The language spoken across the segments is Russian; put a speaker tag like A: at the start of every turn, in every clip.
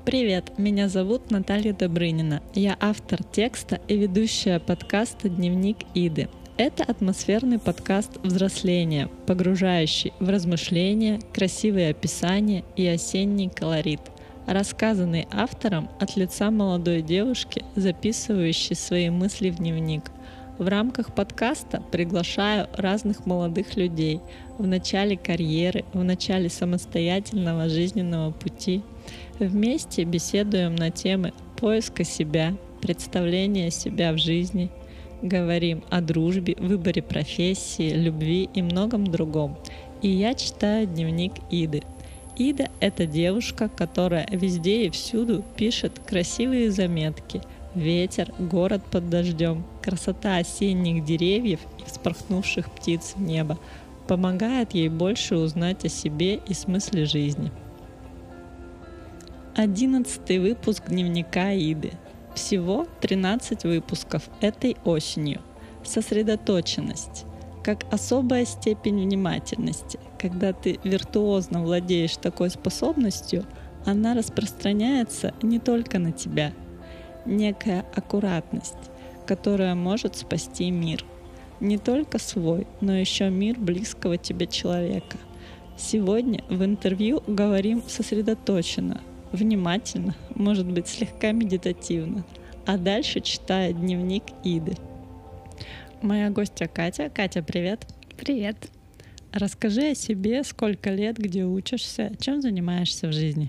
A: Привет, меня зовут Наталья Добрынина. Я автор текста и ведущая подкаста «Дневник Иды». Это атмосферный подкаст взросления, погружающий в размышления, красивые описания и осенний колорит, рассказанный автором от лица молодой девушки, записывающей свои мысли в дневник. В рамках подкаста приглашаю разных молодых людей в начале карьеры, в начале самостоятельного жизненного пути. Вместе беседуем на темы поиска себя, представления себя в жизни, говорим о дружбе, выборе профессии, любви и многом другом. И я читаю дневник Иды. Ида — это девушка, которая везде и всюду пишет красивые заметки. Ветер, город под дождем, красота осенних деревьев и вспорхнувших птиц в небо помогает ей больше узнать о себе и смысле жизни. 11-й выпуск дневника Иды. Всего 13 выпусков этой осенью. Сосредоточенность. Как особая степень внимательности. Когда ты виртуозно владеешь такой способностью, она распространяется не только на тебя. Некая аккуратность, которая может спасти мир. Не только свой, но еще мир близкого тебе человека. Сегодня в интервью говорим сосредоточенно, внимательно, может быть, слегка медитативно. А дальше читаю дневник Иды. Моя гостья Катя. Катя, привет.
B: Привет.
A: Расскажи о себе, сколько лет, где учишься, чем занимаешься в жизни?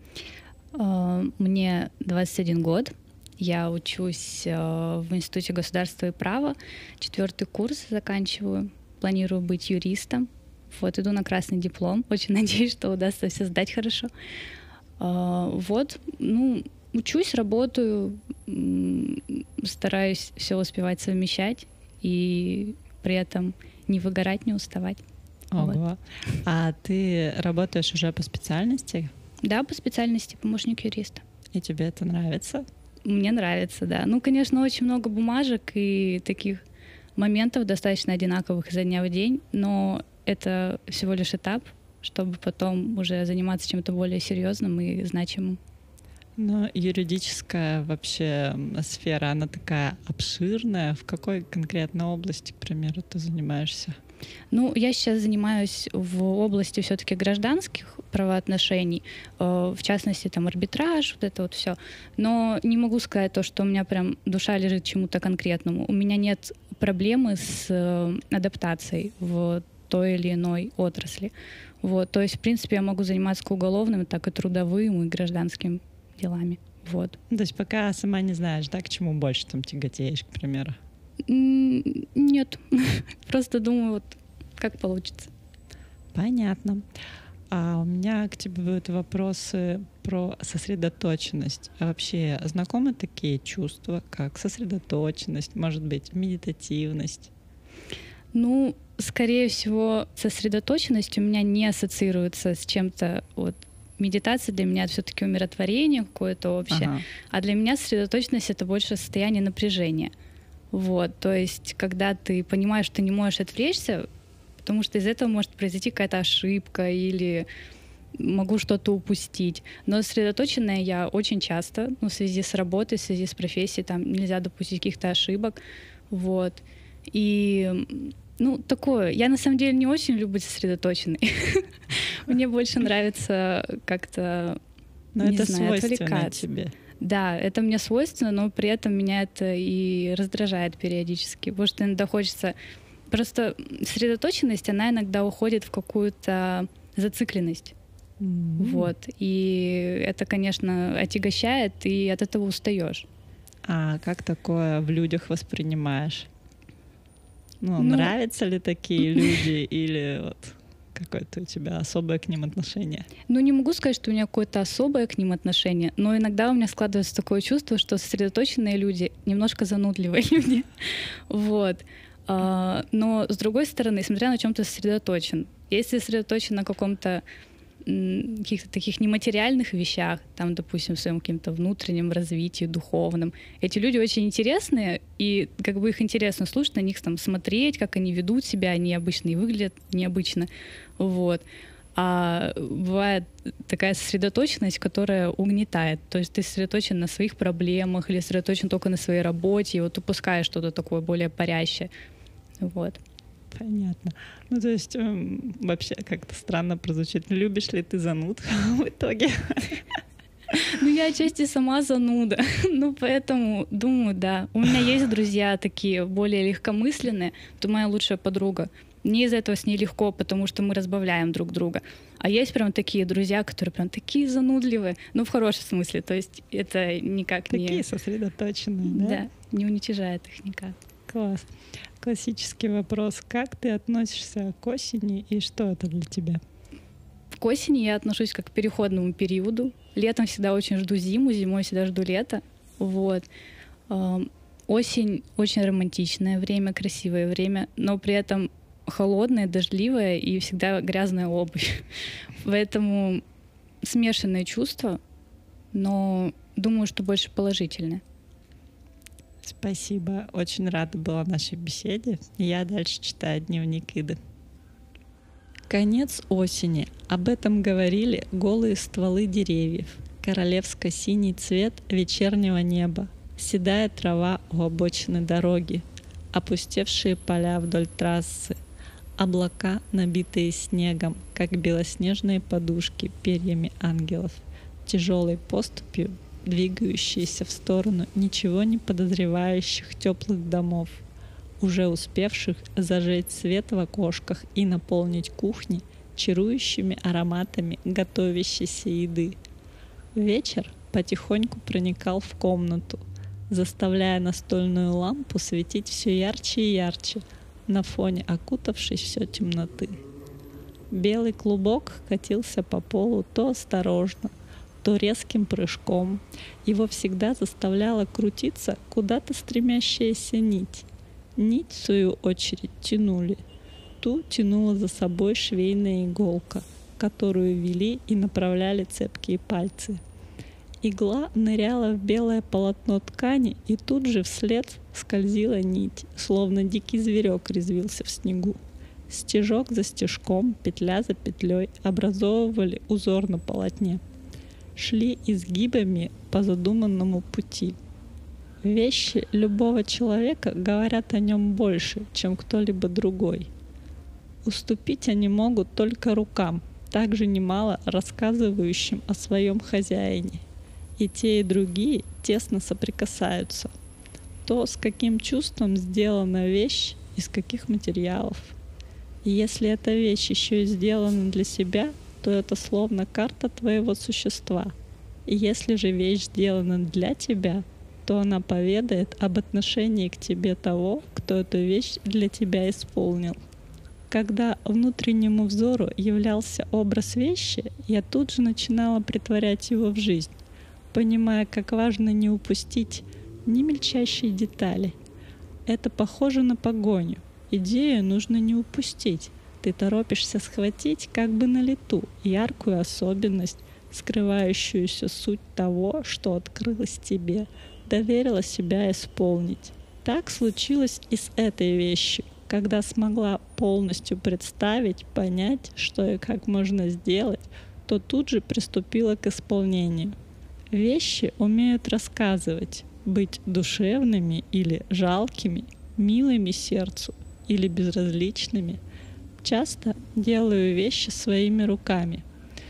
B: Мне 21 год. Я учусь в Институте государства и права. 4-й курс заканчиваю. Планирую быть юристом. Вот, иду на красный диплом. Очень надеюсь, что удастся все сдать хорошо. Учусь, работаю, стараюсь все успевать совмещать и при этом не выгорать, не уставать.
A: Ого.
B: Вот.
A: А ты работаешь уже по специальности?
B: Да, по специальности помощник юриста.
A: И тебе это нравится?
B: Мне нравится, да. Конечно, очень много бумажек и таких моментов достаточно одинаковых изо дня в день, но это всего лишь этап, чтобы потом уже заниматься чем-то более серьезным и значимым.
A: Но юридическая вообще сфера, она такая обширная. В какой конкретной области, к примеру, ты занимаешься?
B: Я сейчас занимаюсь в области все-таки гражданских правоотношений, в частности, там арбитраж, вот это вот все. Но не могу сказать то, что у меня прям душа лежит чему-то конкретному. У меня нет проблемы с адаптацией в той или иной отрасли. Вот. То есть, в принципе, я могу заниматься как уголовным, так и трудовым, и гражданским делами. Вот.
A: То есть пока сама не знаешь, да, к чему больше там тяготеешь, к примеру?
B: Нет. Просто думаю, вот как получится.
A: Понятно. А у меня к тебе будут вопросы про сосредоточенность. А вообще знакомы такие чувства, как сосредоточенность, может быть, медитативность?
B: Скорее всего, сосредоточенность у меня не ассоциируется с чем-то вот. Медитация для меня — это все-таки умиротворение какое-то общее, а для меня сосредоточенность — это больше состояние напряжения. Вот, то есть, когда ты понимаешь, что ты не можешь отвлечься, потому что из этого может произойти какая-то ошибка или могу что-то упустить. Но сосредоточенная я очень часто, в связи с работой, в связи с профессией, там нельзя допустить каких-то ошибок. Вот. И такое. Я на самом деле не очень люблю быть сосредоточенной. Мне больше нравится как-то, не знаю, отвлекаться.
A: Тебе.
B: Да, это мне свойственно, но при этом меня это и раздражает периодически, потому что иногда хочется... Просто сосредоточенность, она иногда уходит в какую-то зацикленность. Вот. И это, конечно, отягощает, и от этого устаешь.
A: А как такое в людях воспринимаешь? Нравятся ли такие люди или вот какое-то у тебя особое к ним отношение?
B: Не могу сказать, что у меня какое-то особое к ним отношение, но иногда у меня складывается такое чувство, что сосредоточенные люди немножко занудливые люди. Вот. Но, с другой стороны, смотря на чем ты сосредоточен. Если сосредоточен на каком-то каких-то таких нематериальных вещах, там, допустим, в своем каком-то внутреннем развитии, духовном. Эти люди очень интересные, и как бы их интересно слушать, на них там смотреть, как они ведут себя, они обычно и выглядят необычно. Вот. А бывает такая сосредоточенность, которая угнетает. То есть ты сосредоточен на своих проблемах или сосредоточен только на своей работе, и вот упускаешь что-то такое более парящее. Вот.
A: Понятно. Ну, то есть вообще как-то странно прозвучит. Любишь ли ты зануд в итоге?
B: Ну, я отчасти сама зануда. Ну, поэтому думаю, да. У меня есть друзья такие более легкомысленные. Это моя лучшая подруга. Мне из-за этого с ней легко, потому что мы разбавляем друг друга. А есть прям такие друзья, которые прям такие занудливые, ну, в хорошем смысле. То есть это никак
A: такие
B: не...
A: Такие сосредоточенные, да?
B: Да, не уничижает их никак.
A: Класс. Классический вопрос. Как ты относишься к осени и что это для тебя?
B: К осени я отношусь как к переходному периоду. Летом всегда очень жду зиму, зимой всегда жду лето. Вот. Осень очень романтичное время, красивое время, но при этом холодное, дождливое и всегда грязная обувь. Поэтому смешанные чувства, но думаю, что больше положительные.
A: Спасибо. Очень рада была нашей беседе. Я дальше читаю дневник Иды. Конец осени. Об этом говорили голые стволы деревьев, королевско-синий цвет вечернего неба, седая трава у обочины дороги, опустевшие поля вдоль трассы, облака, набитые снегом, как белоснежные подушки перьями ангелов, тяжелой поступью двигающиеся в сторону ничего не подозревающих теплых домов, уже успевших зажечь свет в окошках и наполнить кухни чарующими ароматами готовящейся еды. Вечер потихоньку проникал в комнату, заставляя настольную лампу светить все ярче и ярче на фоне окутавшей все темноты. Белый клубок катился по полу то осторожно, то резким прыжком. Его всегда заставляла крутиться куда-то стремящаяся нить. Нить, в свою очередь, тянули. Ту тянула за собой швейная иголка, которую вели и направляли цепкие пальцы. Игла ныряла в белое полотно ткани, и тут же вслед скользила нить, словно дикий зверек резвился в снегу. Стежок за стежком, петля за петлей образовывали узор на полотне. Шли изгибами по задуманному пути. Вещи любого человека говорят о нем больше, чем кто-либо другой. Уступить они могут только рукам, также немало рассказывающим о своем хозяине. И те, и другие тесно соприкасаются. То, с каким чувством сделана вещь, из каких материалов. И если эта вещь еще и сделана для себя, то это словно карта твоего существа. И если же вещь сделана для тебя, то она поведает об отношении к тебе того, кто эту вещь для тебя исполнил. Когда внутреннему взору являлся образ вещи, я тут же начинала претворять его в жизнь, понимая, как важно не упустить ни мельчайшие детали. Это похоже на погоню. Идею нужно не упустить. Ты торопишься схватить как бы на лету яркую особенность, скрывающуюся суть того, что открылось тебе, доверила себя исполнить. Так случилось и с этой вещью. Когда смогла полностью представить, понять, что и как можно сделать, то тут же приступила к исполнению. Вещи умеют рассказывать, быть душевными или жалкими, милыми сердцу или безразличными. Часто делаю вещи своими руками.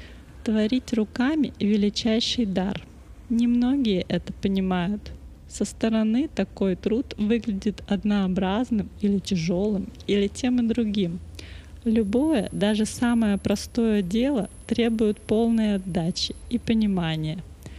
A: Творить руками — величайший дар. Немногие это понимают. Со стороны такой труд выглядит однообразным или тяжелым, или тем и другим. Любое, даже самое простое дело требует полной отдачи и понимания.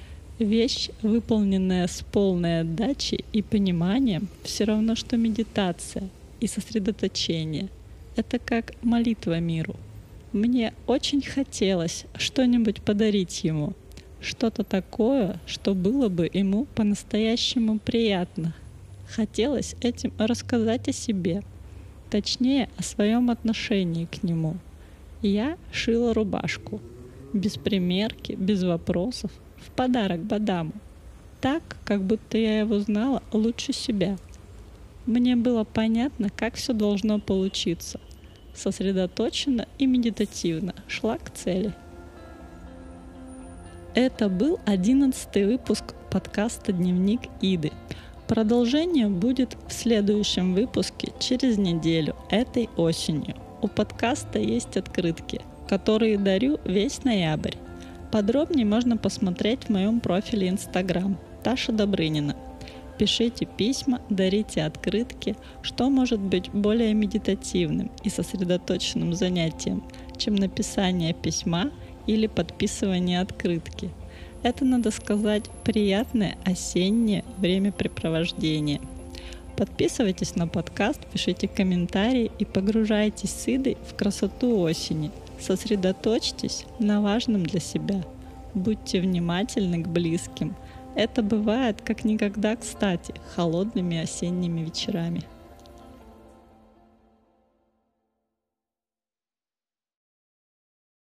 A: Вещь, выполненная с полной отдачей и пониманием, все равно, что медитация и сосредоточение. Это как молитва миру. Мне очень хотелось что-нибудь подарить ему, что-то такое, что было бы ему по-настоящему приятно. Хотелось этим рассказать о себе, точнее, о своем отношении к нему. Я шила рубашку, без примерки, без вопросов, в подарок Бадаму, так, как будто я его знала лучше себя. Мне было понятно, как все должно получиться. сосредоточенно и медитативно шла к цели. Это был 11-й выпуск подкаста «Дневник Иды». Продолжение будет в следующем выпуске через неделю, этой осенью. У подкаста есть открытки, которые дарю весь ноябрь. Подробнее можно посмотреть в моем профиле Instagram Таша Добрынина. Пишите письма, дарите открытки, что может быть более медитативным и сосредоточенным занятием, чем написание письма или подписывание открытки. Это, надо сказать, приятное осеннее времяпрепровождение. Подписывайтесь на подкаст, пишите комментарии и погружайтесь с Идой в красоту осени. Сосредоточьтесь на важном для себя. Будьте внимательны к близким. Это бывает как никогда кстати холодными осенними вечерами.